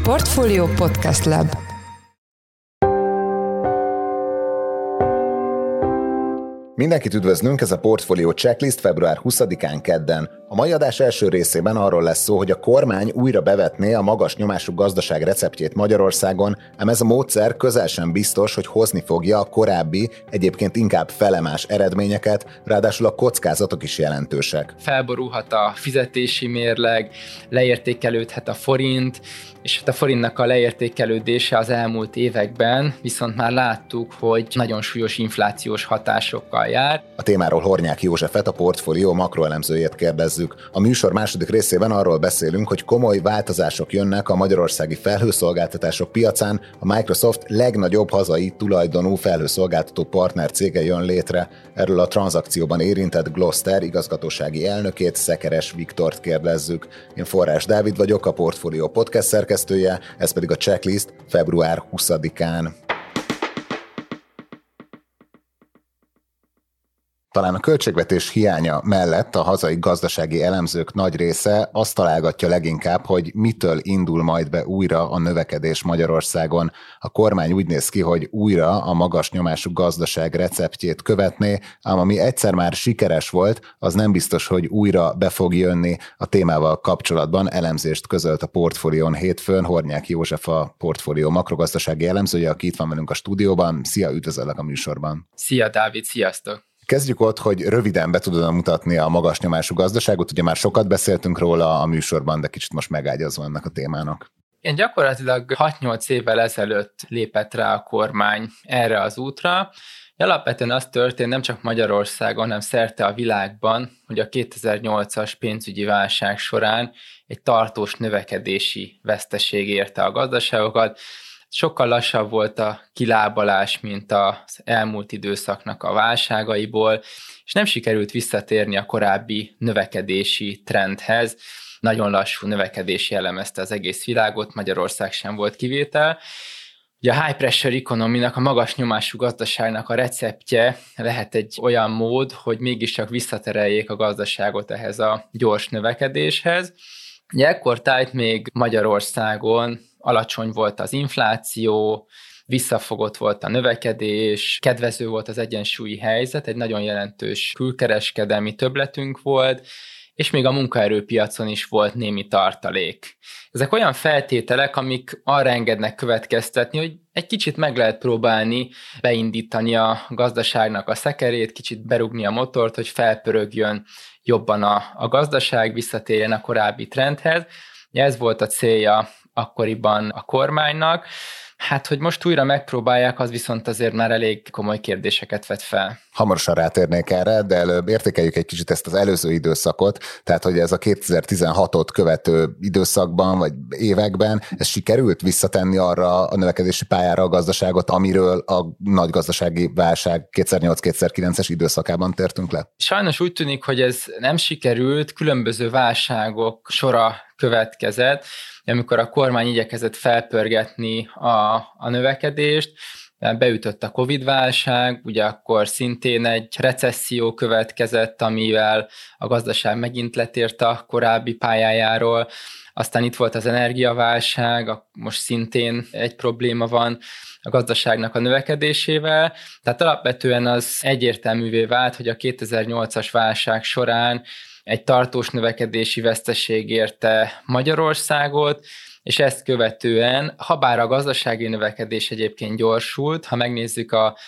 Portfolio Podcast Lab. Mindenkit üdvözlünk, ez a Portfolio Checklist február 20-án kedden. A mai adás első részében arról lesz szó, hogy a kormány újra bevetné a magas nyomású gazdaság receptjét Magyarországon, ám ez a módszer közel sem biztos, hogy hozni fogja a korábbi, egyébként inkább felemás eredményeket, ráadásul a kockázatok is jelentősek. Felborulhat a fizetési mérleg, leértékelődhet a forint, és a forintnak a leértékelődése az elmúlt években viszont már láttuk, hogy nagyon súlyos inflációs hatásokkal jár. A témáról Hornyák Józsefet, a Portfolio makroelemzőjét kérdezzük. A műsor második részében arról beszélünk, hogy komoly változások jönnek a magyarországi felhőszolgáltatások piacán, a Microsoft legnagyobb hazai tulajdonú felhőszolgáltató partner cége jön létre. Erről a tranzakcióban érintett Gloster igazgatósági elnökét, Szekeres Viktort kérdezzük. Én Forrás Dávid vagyok, a Portfolio podcast szerkesztője, ez pedig a Checklist február 20-án. Talán a költségvetés hiánya mellett a hazai gazdasági elemzők nagy része azt találgatja leginkább, hogy mitől indul majd be újra a növekedés Magyarországon. A kormány úgy néz ki, hogy újra a magas nyomású gazdaság receptjét követné, ám ami egyszer már sikeres volt, az nem biztos, hogy újra be fog jönni. A témával kapcsolatban elemzést közölt a Portfolión hétfőn Hornyák József, a Portfolio makrogazdasági elemzője, aki itt van velünk a stúdióban. Szia, üdvözöllek a műsorban. Szia Dávid, sziasztok! Kezdjük ott, hogy röviden be tudod mutatni a magas nyomású gazdaságot. Ugye már sokat beszéltünk róla a műsorban, de kicsit most megágyazva ennek a témának. Én gyakorlatilag 6-8 évvel ezelőtt lépett rá a kormány erre az útra. Alapvetően az történt nem csak Magyarországon, hanem szerte a világban, hogy a 2008-as pénzügyi válság során egy tartós növekedési veszteség érte a gazdaságokat. Sokkal lassabb volt a kilábalás, mint az elmúlt időszaknak a válságaiból, és nem sikerült visszatérni a korábbi növekedési trendhez. Nagyon lassú növekedés jellemezte az egész világot, Magyarország sem volt kivétel. Ugye a high pressure economy-nak, a magas nyomású gazdaságnak a receptje lehet egy olyan mód, hogy mégiscsak visszatereljék a gazdaságot ehhez a gyors növekedéshez. Ugye ekkortájt még Magyarországon alacsony volt az infláció, visszafogott volt a növekedés, kedvező volt az egyensúlyi helyzet, egy nagyon jelentős külkereskedelmi többletünk volt, és még a munkaerőpiacon is volt némi tartalék. Ezek olyan feltételek, amik arra engednek következtetni, hogy egy kicsit meg lehet próbálni beindítani a gazdaságnak a szekerét, kicsit berúgni a motort, hogy felpörögjön jobban a gazdaság, visszatérjen a korábbi trendhez. Ez volt a célja akkoriban a kormánynak. Hát, hogy most újra megpróbálják, az viszont azért már elég komoly kérdéseket vet fel. Hamarosan rátérnék erre, de előbb értékeljük egy kicsit ezt az előző időszakot, tehát hogy ez a 2016-ot követő időszakban, vagy években, ez sikerült visszatenni arra a növekedési pályára a gazdaságot, amiről a nagy gazdasági válság 2008-2009-es időszakában tértünk le? Sajnos úgy tűnik, hogy ez nem sikerült, különböző válságok sora következett, amikor a kormány igyekezett felpörgetni a növekedést, beütött a Covid-válság, ugye akkor szintén egy recesszió következett, amivel a gazdaság megint letért a korábbi pályájáról, aztán itt volt az energiaválság, most szintén egy probléma van a gazdaságnak a növekedésével, tehát alapvetően az egyértelművé vált, hogy a 2008-as válság során egy tartós növekedési veszteség érte Magyarországot, és ezt követően, habár a gazdasági növekedés egyébként gyorsult, ha megnézzük a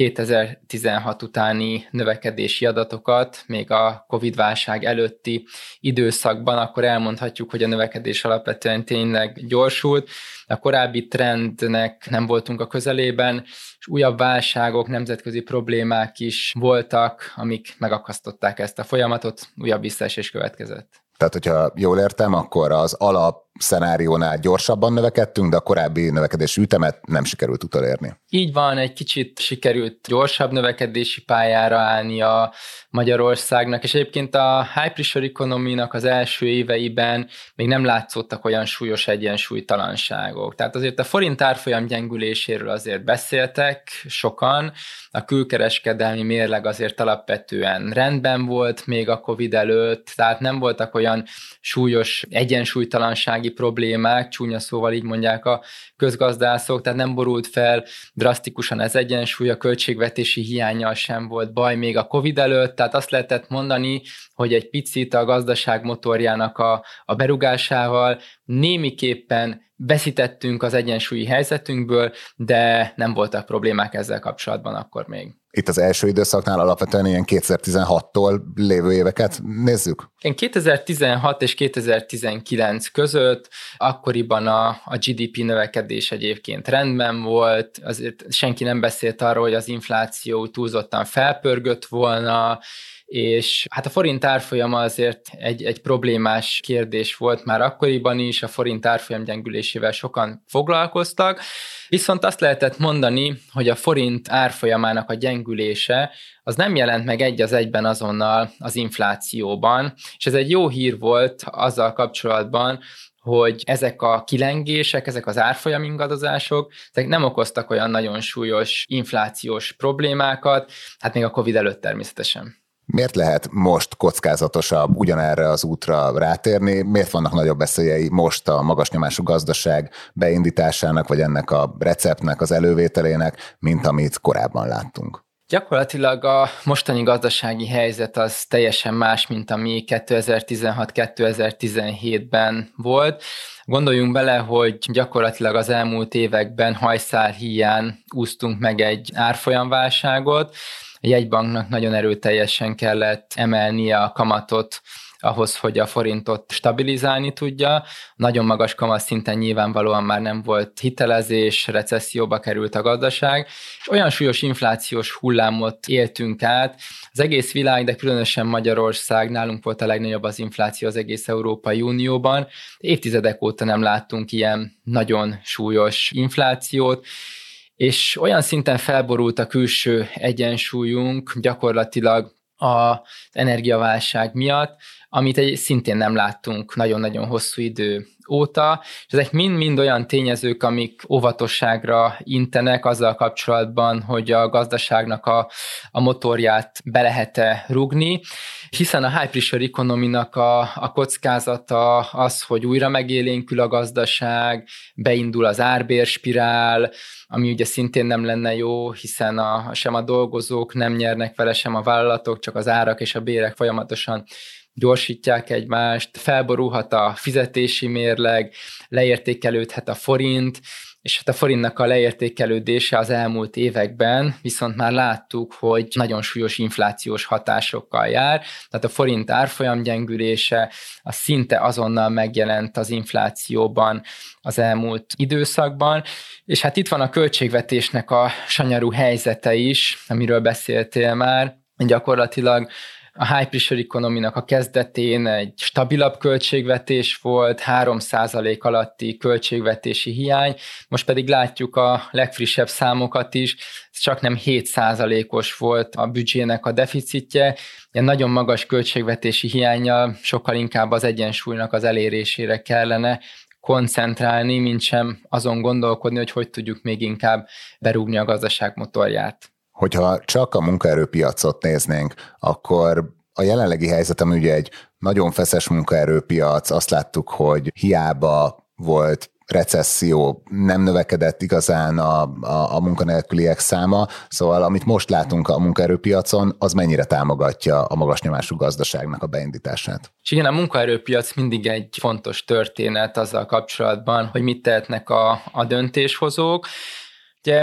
2016 utáni növekedési adatokat, még a Covid-válság előtti időszakban, akkor elmondhatjuk, hogy a növekedés alapvetően tényleg gyorsult. A korábbi trendnek nem voltunk a közelében, és újabb válságok, nemzetközi problémák is voltak, amik megakasztották ezt a folyamatot, újabb visszaesés következett. Tehát, hogyha jól értem, akkor az alapszenáriónál gyorsabban növekedtünk, de a korábbi növekedési ütemet nem sikerült utolérni. Így van, egy kicsit sikerült gyorsabb növekedési pályára állni a Magyarországnak, és egyébként a high pressure economy-nak az első éveiben még nem látszottak olyan súlyos egyensúlytalanságok. Tehát azért a forint árfolyam gyengüléséről azért beszéltek sokan, a külkereskedelmi mérleg azért alapvetően rendben volt még a Covid előtt, tehát nem voltak olyan súlyos egyensúlytalansági gazdasági problémák, csúnya szóval így mondják a közgazdászok, tehát nem borult fel drasztikusan az egyensúly, a költségvetési hiánnyal sem volt baj még a Covid előtt, tehát azt lehetett mondani, hogy egy picit a gazdaság motorjának a berugásával némiképpen veszítettünk az egyensúlyi helyzetünkből, de nem voltak problémák ezzel kapcsolatban akkor még. Itt az első időszaknál alapvetően ilyen 2016-tól lévő éveket nézzük? 2016 és 2019 között akkoriban a GDP növekedés egyébként rendben volt, azért senki nem beszélt arról, hogy az infláció túlzottan felpörgött volna, és hát a forint árfolyama azért egy problémás kérdés volt már akkoriban is, a forint árfolyam gyengülésével sokan foglalkoztak, viszont azt lehetett mondani, hogy a forint árfolyamának a gyengülése az nem jelent meg egy az egyben azonnal az inflációban, és ez egy jó hír volt azzal kapcsolatban, hogy ezek a kilengések, ezek az árfolyam ingadozások, ezek nem okoztak olyan nagyon súlyos inflációs problémákat, hát még a Covid előtt természetesen. Miért lehet most kockázatosabb ugyanerre az útra rátérni? Miért vannak nagyobb veszélyei most a magas nyomású gazdaság beindításának, vagy ennek a receptnek az elővételének, mint amit korábban láttunk? Gyakorlatilag a mostani gazdasági helyzet az teljesen más, mint ami 2016-2017-ben volt. Gondoljunk bele, hogy gyakorlatilag az elmúlt években hajszál híján úsztunk meg egy árfolyamválságot. A jegybanknak nagyon erőteljesen kellett emelnie a kamatot ahhoz, hogy a forintot stabilizálni tudja. Nagyon magas kamatszinten nyilvánvalóan már nem volt hitelezés, recesszióba került a gazdaság, és olyan súlyos inflációs hullámot éltünk át. Az egész világ, de különösen Magyarország, nálunk volt a legnagyobb az infláció az egész Európai Unióban. Évtizedek óta nem láttunk ilyen nagyon súlyos inflációt, és olyan szinten felborult a külső egyensúlyunk gyakorlatilag az energiaválság miatt, amit szintén nem láttunk nagyon-nagyon hosszú idő óta, és ezek mind-mind olyan tényezők, amik óvatosságra intenek azzal kapcsolatban, hogy a gazdaságnak a motorját be lehet-e rúgni, hiszen a high pressure economy-nak a kockázata az, hogy újra megélénkül a gazdaság, beindul az árbérspirál, ami ugye szintén nem lenne jó, hiszen sem a dolgozók nem nyernek vele, sem a vállalatok, csak az árak és a bérek folyamatosan gyorsítják egymást, felborulhat a fizetési mérleg, leértékelődhet a forint, és hát a forintnak a leértékelődése az elmúlt években viszont már láttuk, hogy nagyon súlyos inflációs hatásokkal jár, tehát a forint árfolyam gyengülése az szinte azonnal megjelent az inflációban az elmúlt időszakban, és hát itt van a költségvetésnek a sanyarú helyzete is, amiről beszéltél már, gyakorlatilag a high pressure economy-nak a kezdetén egy stabilabb költségvetés volt, 3% alatti költségvetési hiány, most pedig látjuk a legfrissebb számokat is, ez csak nem 7%-os volt a büdzsének a deficitje, ilyen nagyon magas költségvetési hiánnyal sokkal inkább az egyensúlynak az elérésére kellene koncentrálni, mint sem azon gondolkodni, hogy tudjuk még inkább berúgni a gazdaság motorját. Hogyha csak a munkaerőpiacot néznénk, akkor a jelenlegi helyzet, ami ugye egy nagyon feszes munkaerőpiac, azt láttuk, hogy hiába volt recesszió, nem növekedett igazán a munkanélküliek száma, szóval amit most látunk a munkaerőpiacon, az mennyire támogatja a magas nyomású gazdaságnak a beindítását? És igen, a munkaerőpiac mindig egy fontos történet azzal kapcsolatban, hogy mit tehetnek a döntéshozók. Ugye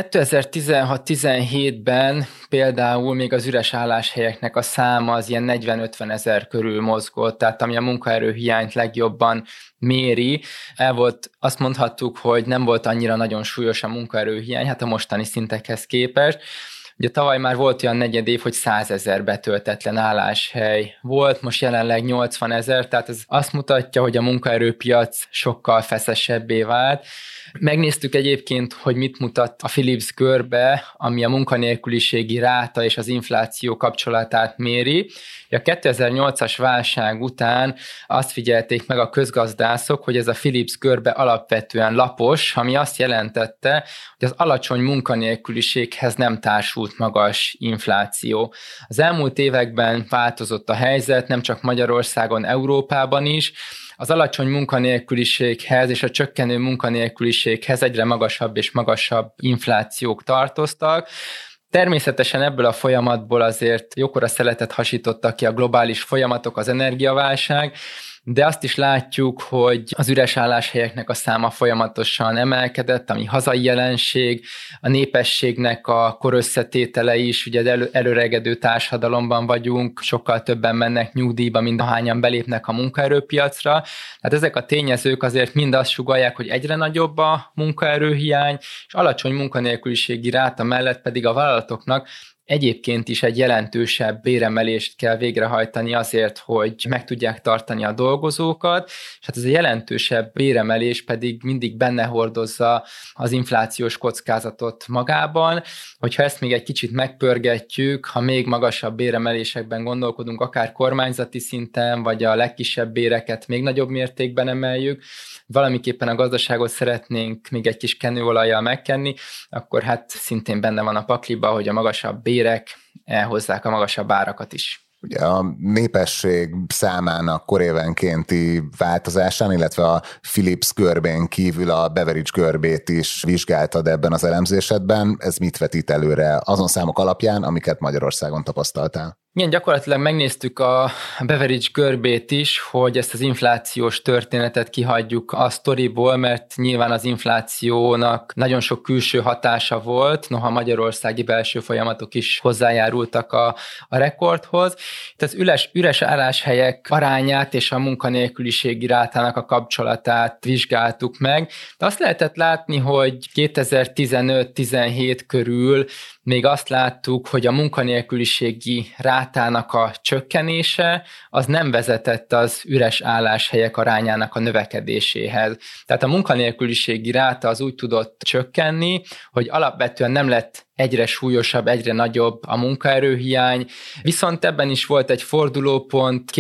2016-17-ben például még az üres álláshelyeknek a száma az ilyen 40-50 ezer körül mozgott, tehát ami a munkaerőhiányt legjobban méri. Azt mondhattuk, hogy nem volt annyira nagyon súlyos a munkaerőhiány, hát a mostani szintekhez képest. Ugye tavaly már volt olyan negyedév, hogy 100 000 betöltetlen álláshely volt, most jelenleg 80 000, tehát ez azt mutatja, hogy a munkaerőpiac sokkal feszesebbé vált. Megnéztük egyébként, hogy mit mutat a Philips görbe, ami a munkanélküliségi ráta és az infláció kapcsolatát méri. A 2008-as válság után azt figyelték meg a közgazdászok, hogy ez a Philips görbe alapvetően lapos, ami azt jelentette, hogy az alacsony munkanélküliséghez nem társult magas infláció. Az elmúlt években változott a helyzet, nem csak Magyarországon, Európában is. az alacsony munkanélküliséghez és a csökkenő munkanélküliséghez egyre magasabb és magasabb inflációk tartoztak. Természetesen ebből a folyamatból azért jókora szeletet hasítottak ki a globális folyamatok, az energiaválság, de azt is látjuk, hogy az üres álláshelyeknek a száma folyamatosan emelkedett, ami hazai jelenség, a népességnek a korösszetétele is, ugye előregedő társadalomban vagyunk, sokkal többen mennek nyugdíjba, mint ahányan belépnek a munkaerőpiacra. Hát ezek a tényezők azért mind azt sugallják, hogy egyre nagyobb a munkaerőhiány, és alacsony munkanélküliségi ráta mellett pedig a vállalatoknak egyébként is egy jelentősebb béremelést kell végrehajtani azért, hogy meg tudják tartani a dolgozókat, és hát ez a jelentősebb béremelés pedig mindig benne hordozza az inflációs kockázatot magában. Hogyha ezt még egy kicsit megpörgetjük, ha még magasabb béremelésekben gondolkodunk, akár kormányzati szinten, vagy a legkisebb béreket még nagyobb mértékben emeljük, valamiképpen a gazdaságot szeretnénk még egy kis kenőolajjal megkenni, akkor hát szintén benne van a pakliba, hogy a magasabb bérek elhozzák a magasabb árakat is. Ugye a népesség számának korévenkénti változásán, illetve a Philips görbén kívül a Beveridge görbét is vizsgáltad ebben az elemzésedben. Ez mit vetít előre azon számok alapján, amiket Magyarországon tapasztaltál? Igen, gyakorlatilag megnéztük a Beveridge görbét is, hogy ezt az inflációs történetet kihagyjuk a sztoriból, mert nyilván az inflációnak nagyon sok külső hatása volt, noha magyarországi belső folyamatok is hozzájárultak a rekordhoz. Itt az üres álláshelyek arányát és a munkanélküliségi rátának a kapcsolatát vizsgáltuk meg, de azt lehetett látni, hogy 2015-17 körül még azt láttuk, hogy a munkanélküliségi rátának a csökkenése az nem vezetett az üres álláshelyek arányának a növekedéséhez. Tehát a munkanélküliségi ráta az úgy tudott csökkenni, hogy alapvetően nem lett egyre súlyosabb, egyre nagyobb a munkaerőhiány, viszont ebben is volt egy fordulópont,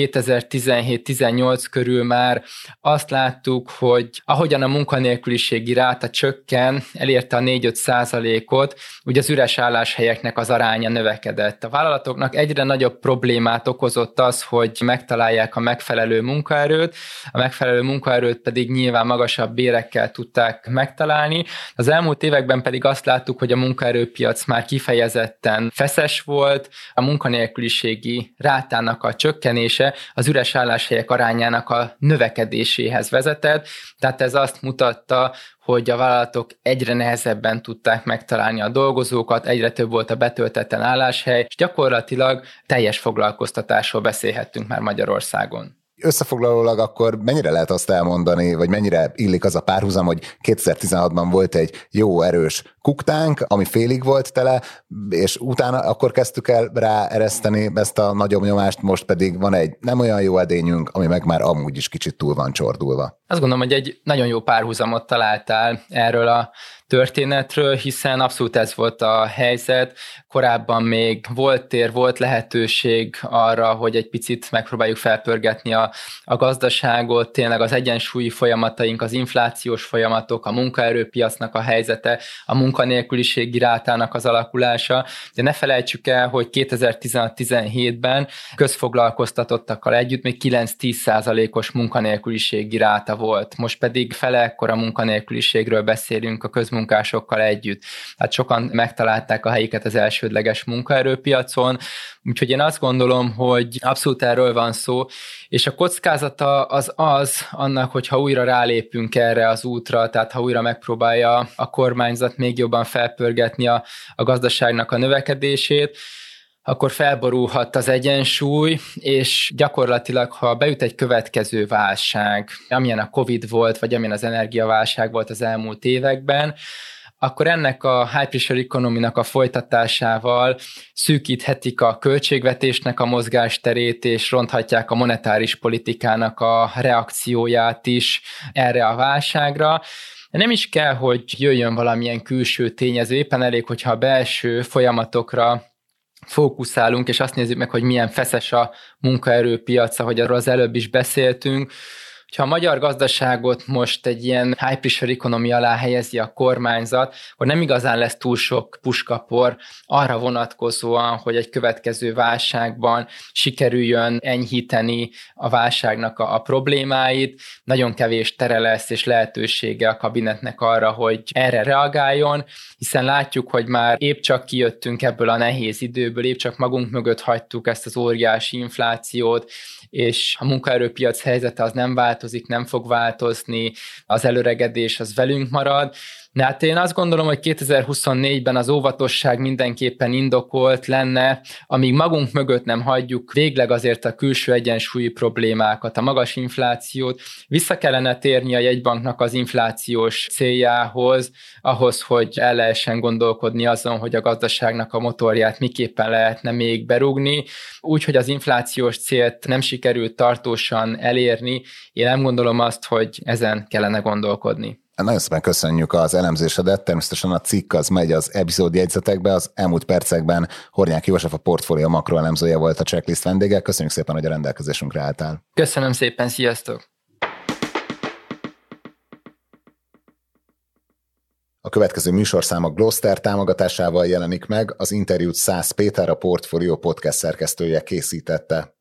2017-18 körül már azt láttuk, hogy ahogyan a munkanélküliségi ráta csökken, elérte a 4-5%-ot, ugye az üres álláshelyeknek az aránya növekedett. A vállalatoknak egyre nagyobb problémát okozott az, hogy megtalálják a megfelelő munkaerőt, a megfelelő munkaerőt pedig nyilván magasabb bérekkel tudták megtalálni. Az elmúlt években pedig azt láttuk, hogy a munkaerőpiac már kifejezetten feszes volt, a munkanélküliségi rátának a csökkenése az üres álláshelyek arányának a növekedéséhez vezetett, tehát ez azt mutatta, hogy a vállalatok egyre nehezebben tudták megtalálni a dolgozókat, egyre több volt a betöltetlen álláshely, és gyakorlatilag teljes foglalkoztatásról beszélhettünk már Magyarországon. Összefoglalólag akkor mennyire lehet azt elmondani, vagy mennyire illik az a párhuzam, hogy 2016-ban volt egy jó erős kuktánk, ami félig volt tele, és utána akkor kezdtük el ráereszteni ezt a nagyobb nyomást, most pedig van egy nem olyan jó edényünk, ami meg már amúgy is kicsit túl van csordulva. Azt gondolom, hogy egy nagyon jó párhuzamot találtál erről a történetről, hiszen abszolút ez volt a helyzet. Korábban még volt tér, volt lehetőség arra, hogy egy picit megpróbáljuk felpörgetni a gazdaságot, tényleg az egyensúlyi folyamataink, az inflációs folyamatok, a munkaerőpiacnak a helyzete, a munkanélküliségi rátának az alakulása, de ne felejtsük el, hogy 2016-17-ben közfoglalkoztatottakkal együtt még 9-10%-os munkanélküliségi ráta volt. Most pedig fele ekkora munkanélküliségről beszélünk a közmunkásokkal együtt. Hát sokan megtalálták a helyiket az elsődleges munkaerőpiacon, úgyhogy én azt gondolom, hogy abszolút erről van szó, és a kockázata az annak, hogyha újra rálépünk erre az útra, tehát ha újra megpróbálja a kormányzat még jobban felpörgetni a gazdaságnak a növekedését, akkor felborulhat az egyensúly, és gyakorlatilag, ha beüt egy következő válság, amilyen a Covid volt, vagy amilyen az energiaválság volt az elmúlt években, akkor ennek a high pressure economy-nak a folytatásával szűkíthetik a költségvetésnek a mozgásterét, és ronthatják a monetáris politikának a reakcióját is erre a válságra. Nem is kell, hogy jöjjön valamilyen külső tényező, éppen elég, hogyha a belső folyamatokra fókuszálunk, és azt nézzük meg, hogy milyen feszes a munkaerőpiac, ahogy arról az előbb is beszéltünk. Ha a magyar gazdaságot most egy ilyen high pressure economy alá helyezi a kormányzat, akkor nem igazán lesz túl sok puskapor arra vonatkozóan, hogy egy következő válságban sikerüljön enyhíteni a válságnak a problémáit. Nagyon kevés tere lesz és lehetősége a kabinetnek arra, hogy erre reagáljon, hiszen látjuk, hogy már épp csak kijöttünk ebből a nehéz időből, épp csak magunk mögött hagytuk ezt az óriási inflációt, és a munkaerőpiac helyzete az nem változik, nem fog változni, az előregedés az velünk marad. De hát én azt gondolom, hogy 2024-ben az óvatosság mindenképpen indokolt lenne, amíg magunk mögött nem hagyjuk végleg azért a külső egyensúlyi problémákat, a magas inflációt. Vissza kellene térni a jegybanknak az inflációs céljához, ahhoz, hogy el lehessen gondolkodni azon, hogy a gazdaságnak a motorját miképpen lehetne még berúgni. Úgy, hogy az inflációs célt nem sikerült tartósan elérni, én nem gondolom azt, hogy ezen kellene gondolkodni. Nagyon szépen köszönjük az elemzésedet, természetesen a cikk az megy az epizódjegyzetekbe, az elmúlt percekben Hornyák József, a Portfolio makroelemzője volt a Checklist vendége. Köszönjük szépen, hogy a rendelkezésünkre álltál. Köszönöm szépen, sziasztok! A következő műsorszám a Gloster támogatásával jelenik meg, az interjút Szász Péter, a Portfolio podcast szerkesztője készítette.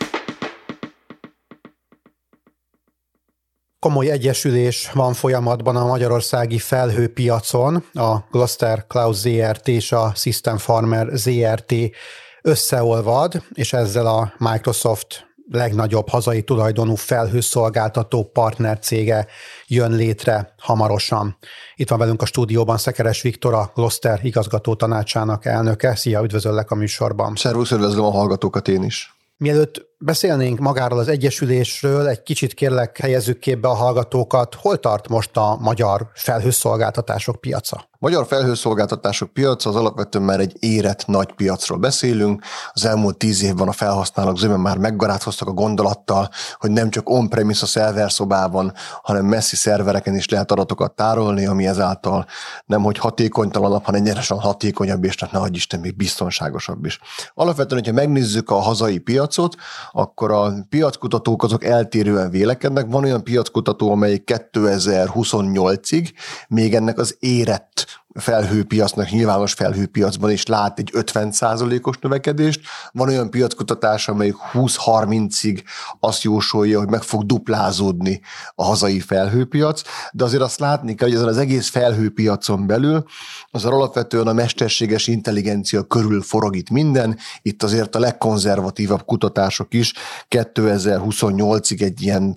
Komoly egyesülés van folyamatban a magyarországi felhőpiacon. A Gloster Cloud ZRT és a System Farmer ZRT összeolvad, és ezzel a Microsoft legnagyobb hazai tulajdonú felhőszolgáltató partnercége jön létre hamarosan. Itt van velünk a stúdióban Szekeres Viktor, a Gloster igazgató tanácsának elnöke. Szia, üdvözöllek a műsorban. Szervusz, üdvözlöm a hallgatókat én is. Mielőtt beszélnénk magáról az egyesülésről, egy kicsit kérlek helyezzük képbe a hallgatókat. Hol tart most a magyar felhőszolgáltatások piaca? A magyar felhőszolgáltatások piaca az alapvetően már egy érett nagy piacról beszélünk. Az elmúlt 10 évben a felhasználók zömen már megbarátkoztak a gondolattal, hogy nem csak on-premise a szerverszobában, hanem messzi szervereken is lehet adatokat tárolni, ami ezáltal nemhogy hatékonytalanabb, hanem nyeresen hatékonyabb, és ne adj Isten, még biztonságosabb is. Alapvetően, hogyha megnézzük a hazai piacot, akkor a piackutatók azok eltérően vélekednek. Van olyan piackutató, amelyik 2028-ig még ennek az érett felhőpiacnak, nyilvános felhőpiacban is lát egy 50%-os növekedést. Van olyan piackutatás, amelyik 20-30-ig azt jósolja, hogy meg fog duplázódni a hazai felhőpiac, de azért azt látni kell, hogy ezen az egész felhőpiacon belül az alapvetően a mesterséges intelligencia körül forog itt minden. Itt azért a legkonzervatívabb kutatások is 2028-ig egy ilyen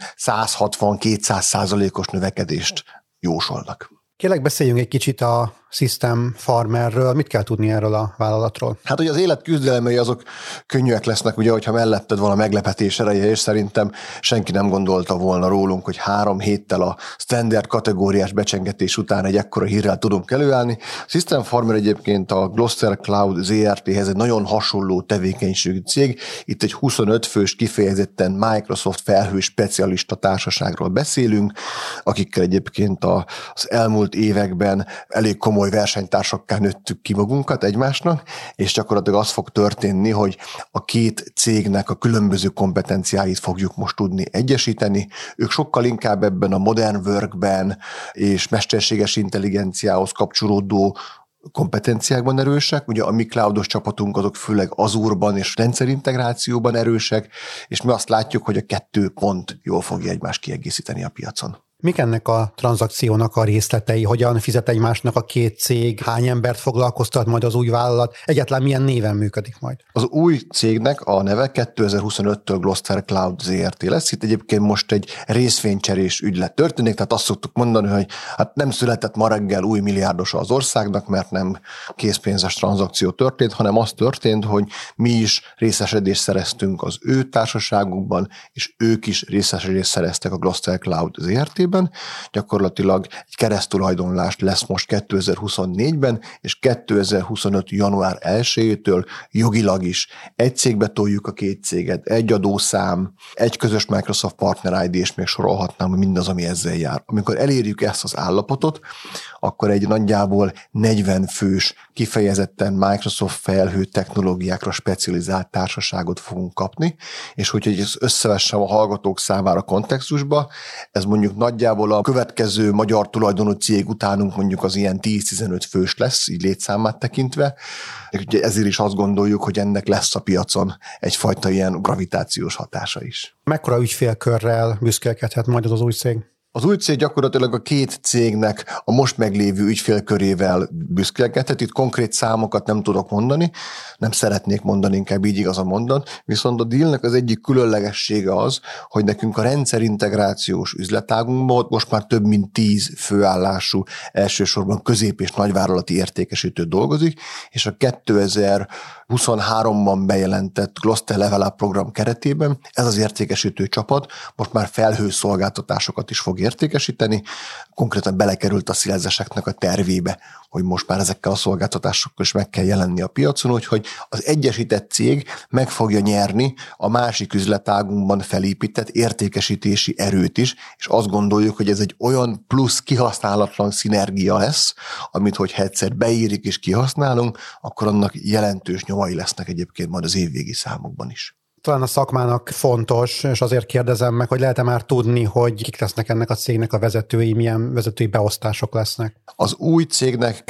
160-200%-os növekedést jósolnak. Kérlek, beszéljünk egy kicsit a System Farmerről. Mit kell tudni erről a vállalatról? Hát, hogy az élet küzdelemei azok könnyűek lesznek, ugye, hogyha melletted van a meglepetés ereje, és szerintem senki nem gondolta volna rólunk, hogy 3 héttel a standard kategóriás becsengetés után egy ekkora hírrel tudunk előállni. A System Farmer egyébként a Gloster Cloud ZRT-hez egy nagyon hasonló tevékenységű cég. Itt egy 25 fős kifejezetten Microsoft felhő specialista társaságról beszélünk, akikkel egyébként az elmúlt években elég komoly versenytársakká nőttük ki magunkat egymásnak, és gyakorlatilag az fog történni, hogy a két cégnek a különböző kompetenciáit fogjuk most tudni egyesíteni. Ők sokkal inkább ebben a modern workben és mesterséges intelligenciához kapcsolódó kompetenciákban erősek, ugye a mi cloudos csapatunk azok főleg Azure-ban és rendszerintegrációban erősek, és mi azt látjuk, hogy a 2 pont jól fogja egymást kiegészíteni a piacon. Mik ennek a tranzakciónak a részletei? Hogyan fizet egymásnak a két cég? Hány embert foglalkoztat majd az új vállalat? Egyáltalán milyen néven működik majd? Az új cégnek a neve 2025-től Gloster Cloud ZRT lesz. Itt egyébként most egy részvénycserés ügylet történik, tehát azt szoktuk mondani, hogy hát nem született ma reggel új milliárdos az országnak, mert nem készpénzes tranzakció történt, hanem az történt, hogy mi is részesedést szereztünk az ő társaságukban, és ők is részesedést szereztek a Gloster Cloud ZRT-ben. 2-ben, gyakorlatilag egy keresztulajdonlást lesz most 2024-ben, és 2025. január 1-től jogilag is egy cégbe toljuk a két céget, egy adószám, egy közös Microsoft Partner ID, és még sorolhatnám mindaz, ami ezzel jár. Amikor elérjük ezt az állapotot, akkor egy nagyjából 40 fős, kifejezetten Microsoft felhő technológiákra specializált társaságot fogunk kapni, és hogy ezt összevessem a hallgatók számára kontextusba, ez mondjuk nagyjából a következő magyar tulajdonú cég utánunk mondjuk az ilyen 10-15 fős lesz, így létszámát tekintve, és ezért is azt gondoljuk, hogy ennek lesz a piacon egyfajta ilyen gravitációs hatása is. Mekkora ügyfélkörrel büszkélkedhet majd az új cég? Az új cég gyakorlatilag a két cégnek a most meglévő ügyfélkörével büszkélkedhet. Itt konkrét számokat nem tudok mondani, nem szeretnék mondani, inkább így igaz a mondat, viszont a dealnek az egyik különlegessége az, hogy nekünk a rendszerintegrációs üzletágunkban most már több mint 10 főállású, elsősorban közép- és nagyvállalati értékesítő dolgozik, és a 2023-ban bejelentett Gloster Level Up program keretében ez az értékesítő csapat most már felhőszolgáltatásokat is fog értékesíteni, konkrétan belekerült a szélzeseknek a tervébe, hogy most már ezekkel a szolgáltatásokkal is meg kell jelenni a piacon, úgyhogy az egyesített cég meg fogja nyerni a másik üzletágunkban felépített értékesítési erőt is, és azt gondoljuk, hogy ez egy olyan plusz kihasználatlan szinergia lesz, amit hogyha egyszer beírik és kihasználunk, akkor annak jelentős nyomai lesznek egyébként majd az évvégi számokban is. Talán a szakmának fontos, és azért kérdezem meg, hogy lehet-e már tudni, hogy kik lesznek ennek a cégnek a vezetői, milyen vezetői beosztások lesznek? Az új cégnek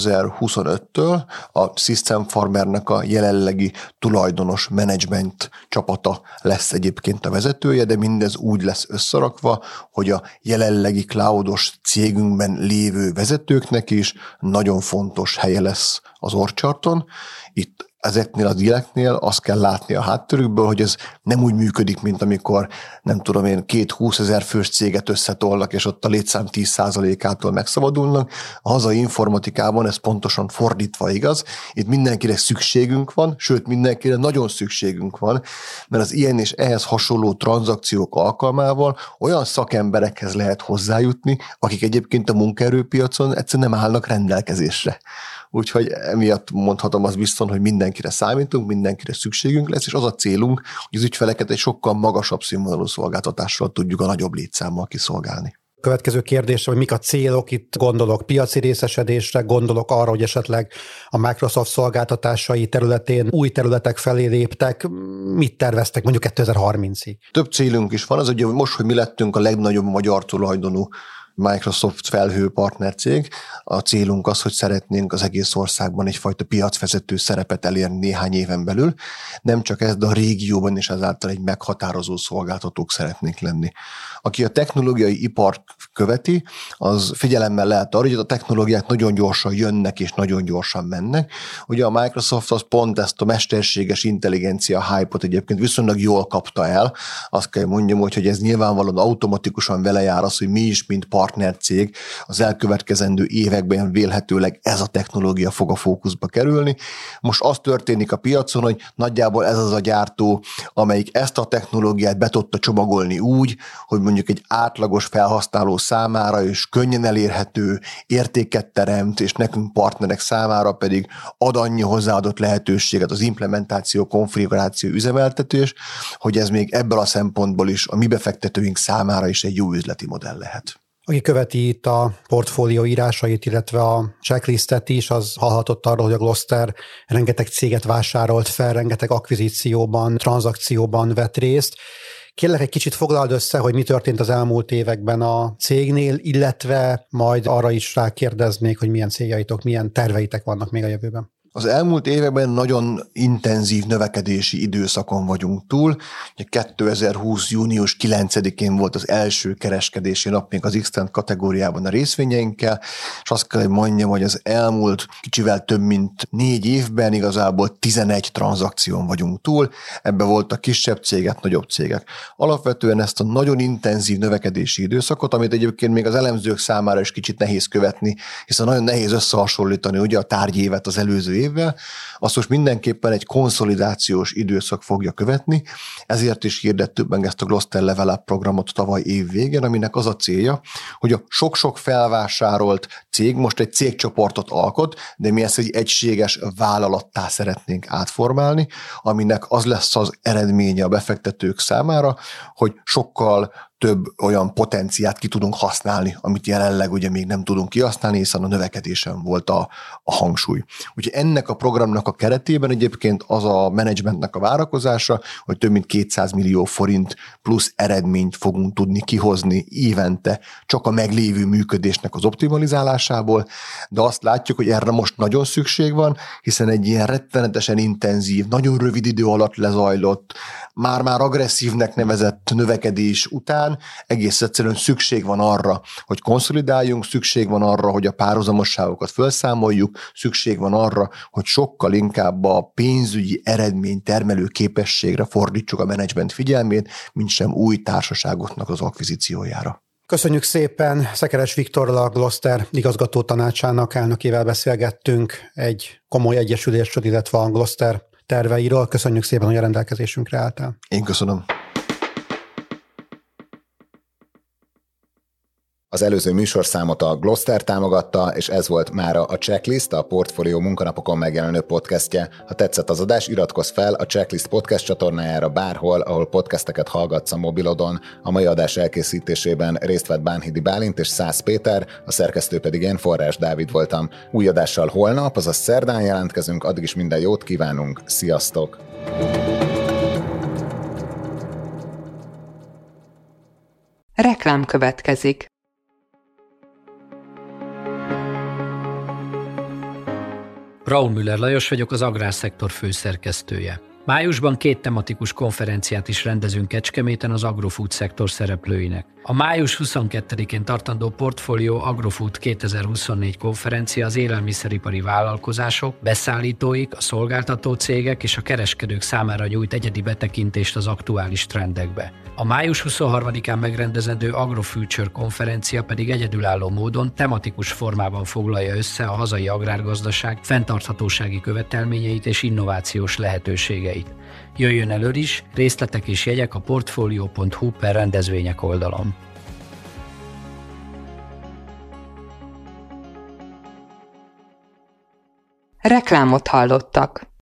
2025-től a System Farmernek a jelenlegi tulajdonos menedzsment csapata lesz egyébként a vezetője, de mindez úgy lesz összerakva, hogy a jelenlegi cloudos cégünkben lévő vezetőknek is nagyon fontos helye lesz az org-charton. Itt ezeknél a dealeknél azt kell látni a hátterükből, hogy ez nem úgy működik, mint amikor, nem tudom én, 20 000 fős céget összetolnak, és ott a létszám 10%-ától megszabadulnak. A hazai informatikában ez pontosan fordítva igaz. Itt mindenkire szükségünk van, sőt mindenkire nagyon szükségünk van, mert az ilyen és ehhez hasonló tranzakciók alkalmával olyan szakemberekhez lehet hozzájutni, akik egyébként a munkaerőpiacon egyszerűen nem állnak rendelkezésre. Úgyhogy emiatt mondhatom azt bizton, hogy mindenkire számítunk, mindenkire szükségünk lesz, és az a célunk, hogy az ügyfeleket egy sokkal magasabb színvonalú szolgáltatással tudjuk a nagyobb létszámmal kiszolgálni. Következő kérdés, hogy mik a célok, itt gondolok piaci részesedésre, gondolok arra, hogy esetleg a Microsoft szolgáltatásai területén új területek felé léptek, mit terveztek mondjuk 2030-ig? Több célunk is van, az ugye most, hogy mi lettünk a legnagyobb magyar tulajdonú Microsoft felhő partnercég. A célunk az, hogy szeretnénk az egész országban egyfajta piacvezető szerepet elérni néhány éven belül. Nem csak ez, de a régióban is ezáltal egy meghatározó szolgáltatók szeretnénk lenni. Aki a technológiai ipart követi, az figyelemmel lehet arra, hogy a technológiák nagyon gyorsan jönnek és nagyon gyorsan mennek. Ugye a Microsoft az pont ezt a mesterséges intelligencia hype-ot egyébként viszonylag jól kapta el. Azt kell mondjam, hogy ez nyilvánvalóan automatikusan vele jár az, hogy mi is, mint partnercég az elkövetkezendő években vélhetőleg ez a technológia fog a fókuszba kerülni. Most az történik a piacon, hogy nagyjából ez az a gyártó, amelyik ezt a technológiát be tudta csomagolni úgy, hogy mondjuk egy átlagos felhasználó számára is könnyen elérhető értéket teremt, és nekünk partnerek számára pedig ad annyi hozzáadott lehetőséget az implementáció, konfiguráció, üzemeltetés, hogy ez még ebből a szempontból is a mi befektetőink számára is egy jó üzleti modell lehet. Aki követi itt a portfólió írásait, illetve a checklistet is, az hallhatott arról, hogy a Gloster rengeteg céget vásárolt fel, rengeteg akvizícióban, tranzakcióban vett részt. Kérlek, egy kicsit foglald össze, hogy mi történt az elmúlt években a cégnél, illetve majd arra is rákérdeznék, hogy milyen céljaitok, milyen terveitek vannak még a jövőben. Az elmúlt években nagyon intenzív növekedési időszakon vagyunk túl. 2020. június 9-én volt az első kereskedési nap még az X-Trend kategóriában a részvényeinkkel, és azt kell, hogy mondjam, hogy az elmúlt kicsivel több mint 4 évben igazából 11 tranzakción vagyunk túl. Ebben voltak kisebb cégek, nagyobb cégek. Alapvetően ezt a nagyon intenzív növekedési időszakot, amit egyébként még az elemzők számára is kicsit nehéz követni, hiszen nagyon nehéz összehasonlítani ugye a tárgyévet az előző évvel, azt most mindenképpen egy konszolidációs időszak fogja követni, ezért is hirdettük meg ezt a Gloster Level Up programot tavaly év végén, aminek az a célja, hogy a sok-sok felvásárolt cég most egy cégcsoportot alkot, de mi ezt egy egységes vállalattá szeretnénk átformálni, aminek az lesz az eredménye a befektetők számára, hogy sokkal több olyan potenciát ki tudunk használni, amit jelenleg ugye még nem tudunk kihasználni, hiszen a növekedésen volt a hangsúly. Úgyhogy ennek a programnak a keretében egyébként az a menedzsmentnek a várakozása, hogy több mint 200 millió forint plusz eredményt fogunk tudni kihozni évente csak a meglévő működésnek az optimalizálásából, de azt látjuk, hogy erre most nagyon szükség van, hiszen egy ilyen rettenetesen intenzív, nagyon rövid idő alatt lezajlott, már agresszívnek nevezett növekedés után egész egyszerűen szükség van arra, hogy konszolidáljunk, szükség van arra, hogy a párhuzamosságokat felszámoljuk, szükség van arra, hogy sokkal inkább a pénzügyi eredmény termelő képességre fordítsuk a menedzsment figyelmét, mint sem új társaságoknak az akvizíciójára. Köszönjük szépen, Szekeres Viktorral, a Gloster igazgató tanácsának elnökével beszélgettünk egy komoly egyesülésről, illetve a Gloster terveiről. Köszönjük szépen, hogy a rendelkezésünkre álltál. Én köszönöm. Az előző műsorszámot a Gloster támogatta, és ez volt mára a Checklist, a Portfolio munkanapokon megjelenő podcastje. Ha tetszett az adás, iratkozz fel a Checklist podcast csatornájára bárhol, ahol podcasteket hallgatsz a mobilodon. A mai adás elkészítésében részt vett Bánhidi Bálint és Szász Péter, a szerkesztő pedig én, Forrás Dávid voltam. Új adással holnap, azaz szerdán jelentkezünk, addig is minden jót kívánunk, sziasztok! Reklám következik. Braun Müller Lajos vagyok, az Agrárszektor főszerkesztője. Májusban 2 tematikus konferenciát is rendezünk Kecskeméten az agrofood szektor szereplőinek. A május 22-én tartandó Portfolio Agrofood 2024 konferencia az élelmiszeripari vállalkozások, beszállítóik, a szolgáltató cégek és a kereskedők számára nyújt egyedi betekintést az aktuális trendekbe. A május 23-án megrendezendő AgroFuture konferencia pedig egyedülálló módon tematikus formában foglalja össze a hazai agrárgazdaság fenntarthatósági követelményeit és innovációs lehetőségeit. Jöjjön elő is, részletek és jegyek a portfolio.hu/rendezvények oldalon. Reklámot hallottak.